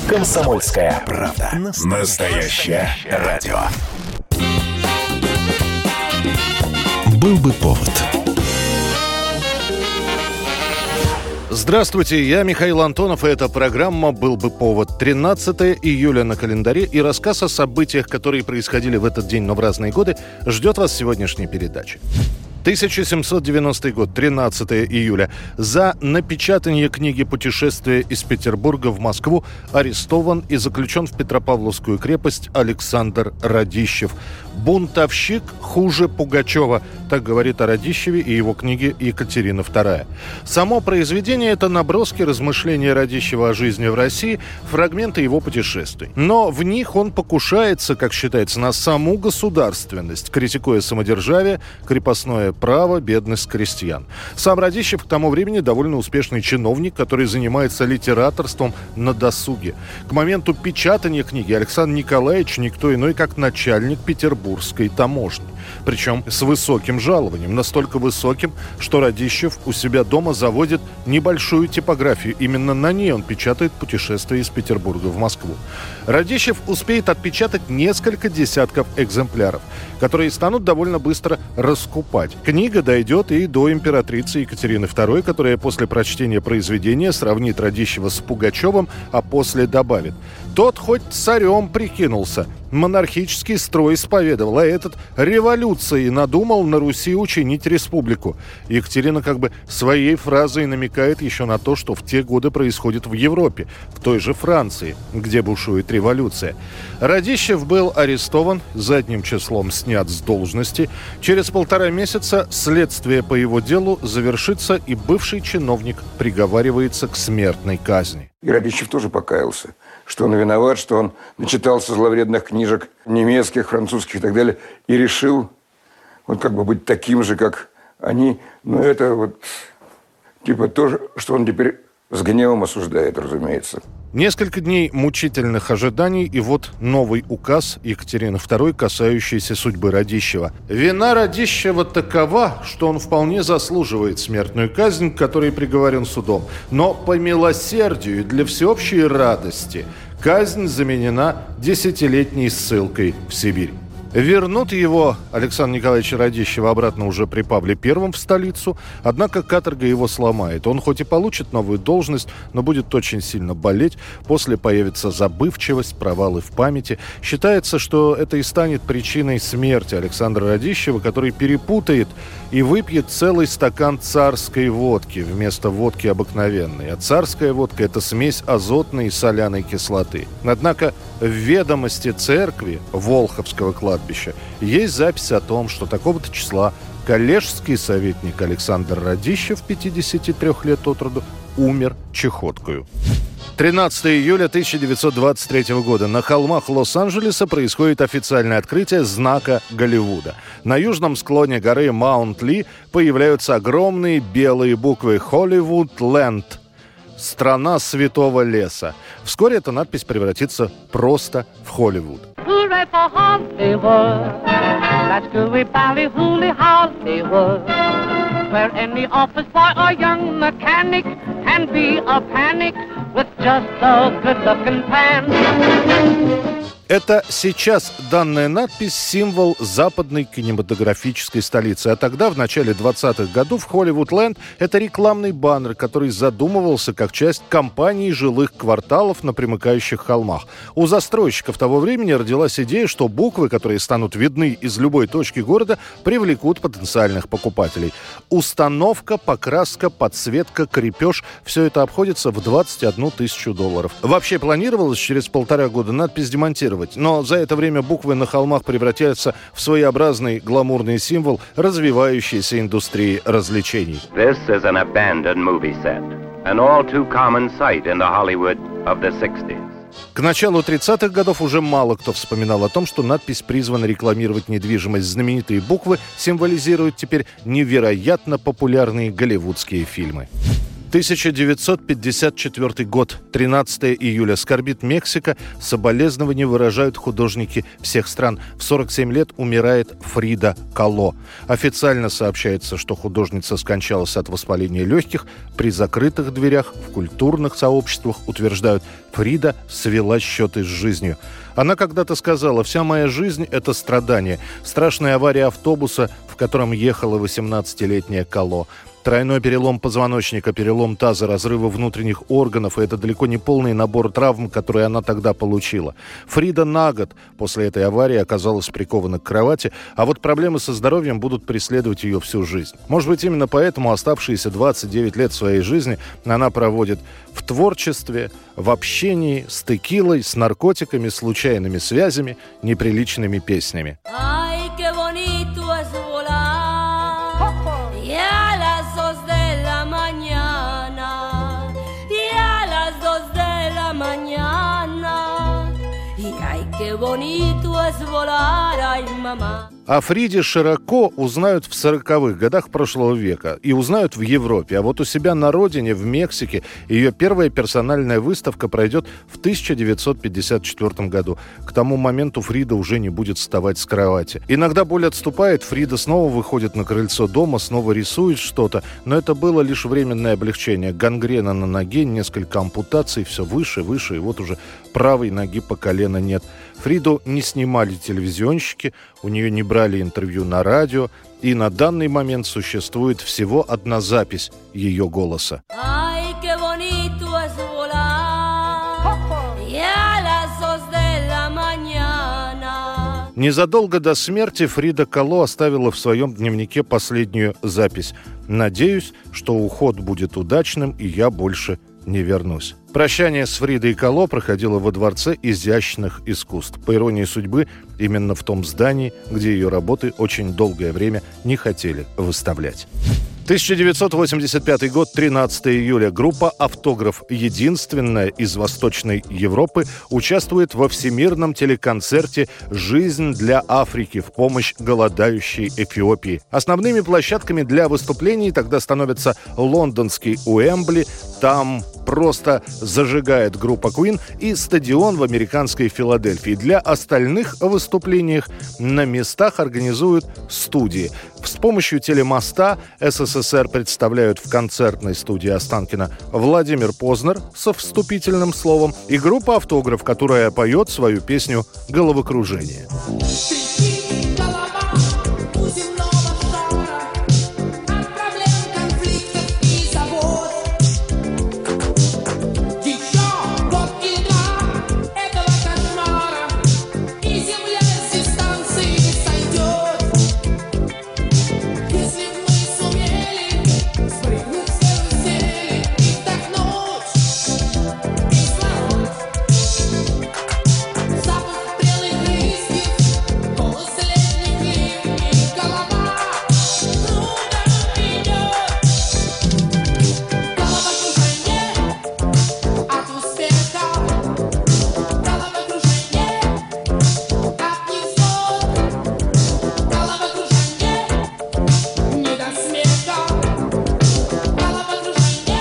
«Комсомольская правда». Настоящее радио. Был бы повод. Здравствуйте, я Михаил Антонов, и эта программа «Был бы повод». 13 июля на календаре, и рассказ о событиях, которые происходили в этот день, но в разные годы, ждет вас в сегодняшней передаче. 1790 год, 13 июля. За напечатание книги «Путешествие из Петербурга в Москву» арестован и заключен в Петропавловскую крепость Александр Радищев. «Бунтовщик хуже Пугачева», так говорит о Радищеве и его книге «Екатерина II». Само произведение – это наброски размышления Радищева о жизни в России, фрагменты его путешествий. Но в них он покушается, как считается, на саму государственность, критикуя самодержавие, крепостное право, бедность крестьян. Сам Радищев к тому времени довольно успешный чиновник, который занимается литераторством на досуге. К моменту печатания книги Александр Николаевич никто иной, как начальник Петербургской таможни. Причем с высоким жалованием, настолько высоким, что Радищев у себя дома заводит небольшую типографию. Именно на ней он печатает «Путешествие из Петербурга в Москву». Радищев успеет отпечатать несколько десятков экземпляров, которые станут довольно быстро раскупать. Книга дойдет и до императрицы Екатерины II, которая после прочтения произведения сравнит Радищева с Пугачевым, а после добавит: «Тот хоть царем прикинулся, монархический строй исповедовал, а этот революцией надумал на Руси учинить республику». Екатерина как бы своей фразой намекает еще на то, что в те годы происходит в Европе, в той же Франции, где бушует революция. Радищев был арестован, задним числом снят с должности. Через 1,5 месяца следствие по его делу завершится, и бывший чиновник приговаривается к смертной казни. И Радищев тоже покаялся, что он виноват, что он начитался зловредных книжек немецких, французских и так далее, и решил вот как бы быть таким же, как они. Но это вот типа то, что он теперь с гневом осуждает, разумеется. Несколько дней мучительных ожиданий, и вот новый указ Екатерины II, касающийся судьбы Радищева. Вина Радищева такова, что он вполне заслуживает смертную казнь, к которой приговорен судом. Но по милосердию и для всеобщей радости казнь заменена 10-летней ссылкой в Сибирь. Вернут его, Александра Николаевича Радищева, обратно уже при Павле I в столицу, однако каторга его сломает. Он хоть и получит новую должность, но будет очень сильно болеть. После появится забывчивость, провалы в памяти. Считается, что это и станет причиной смерти Александра Радищева, который перепутает и выпьет целый стакан царской водки вместо водки обыкновенной. А царская водка – это смесь азотной и соляной кислоты. Однако в ведомости церкви Волховского кладбища есть запись о том, что такого-то числа коллежский советник Александр Радищев, 53 лет от роду, умер чехоткою. 13 июля 1923 года. На холмах Лос-Анджелеса происходит официальное открытие знака Голливуда. На южном склоне горы Маунт-Ли появляются огромные белые буквы «Холливуд-Ленд». Страна святого леса. Вскоре эта надпись превратится просто в Холливуд. Hooray for Hollywood, that's gooey bally-hooly Hollywood, where any office boy or young mechanic can be a panic with just a good-looking pan. Это сейчас данная надпись – символ западной кинематографической столицы. А тогда, в начале 20-х годов, Холливуд-Ленд – это рекламный баннер, который задумывался как часть кампании жилых кварталов на примыкающих холмах. У застройщиков того времени родилась идея, что буквы, которые станут видны из любой точки города, привлекут потенциальных покупателей. Установка, покраска, подсветка, крепеж – все это обходится в $21 тысячу. Вообще планировалось через 1,5 года надпись демонтировать. Но за это время буквы на холмах превратятся в своеобразный гламурный символ развивающейся индустрии развлечений. This is an abandoned movie set, an all too common sight in the Hollywood of the 60s. К началу 30-х годов уже мало кто вспоминал о том, что надпись призвана рекламировать недвижимость. Знаменитые буквы символизируют теперь невероятно популярные голливудские фильмы. 1954 год, 13 июля. Скорбит Мексика, соболезнования выражают художники всех стран. В 47 лет умирает Фрида Кало. Официально сообщается, что художница скончалась от воспаления легких. При закрытых дверях в культурных сообществах утверждают, Фрида свела счеты с жизнью. Она когда-то сказала: «Вся моя жизнь – это страдание». Страшная авария автобуса, в котором ехала 18-летняя Кало. Тройной перелом позвоночника, перелом таза, разрывы внутренних органов. И это далеко не полный набор травм, которые она тогда получила. Фрида на год после этой аварии оказалась прикована к кровати. А вот проблемы со здоровьем будут преследовать ее всю жизнь. Может быть, именно поэтому оставшиеся 29 лет своей жизни она проводит в творчестве, в общении с текилой, с наркотиками, случайными связями, неприличными песнями. О Фриде широко узнают в 40-х годах прошлого века и узнают в Европе. А вот у себя на родине, в Мексике, ее первая персональная выставка пройдет в 1954 году. К тому моменту Фрида уже не будет вставать с кровати. Иногда боль отступает, Фрида снова выходит на крыльцо дома, снова рисует что-то. Но это было лишь временное облегчение. Гангрена на ноге, несколько ампутаций, все выше, выше, и вот уже правой ноги по колено нет. Фриду не снимали телевизионщики, у нее не брали интервью на радио, и на данный момент существует всего одна запись ее голоса. Незадолго до смерти Фрида Кало оставила в своем дневнике последнюю запись. «Надеюсь, что уход будет удачным, и я больше не вернусь». Прощание с Фридой Кало проходило во Дворце изящных искусств. По иронии судьбы, именно в том здании, где ее работы очень долгое время не хотели выставлять. 1985 год, 13 июля. Группа «Автограф», единственная из Восточной Европы, участвует во всемирном телеконцерте «Жизнь для Африки» в помощь голодающей Эфиопии. Основными площадками для выступлений тогда становятся лондонский Уэмбли, там просто зажигает группа Queen, и стадион в американской Филадельфии. Для остальных выступлений на местах организуют студии. С помощью телемоста СССР представляют в концертной студии Останкино Владимир Познер со вступительным словом и группа «Автограф», которая поет свою песню «Головокружение».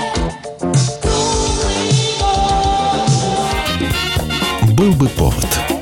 Был бы повод.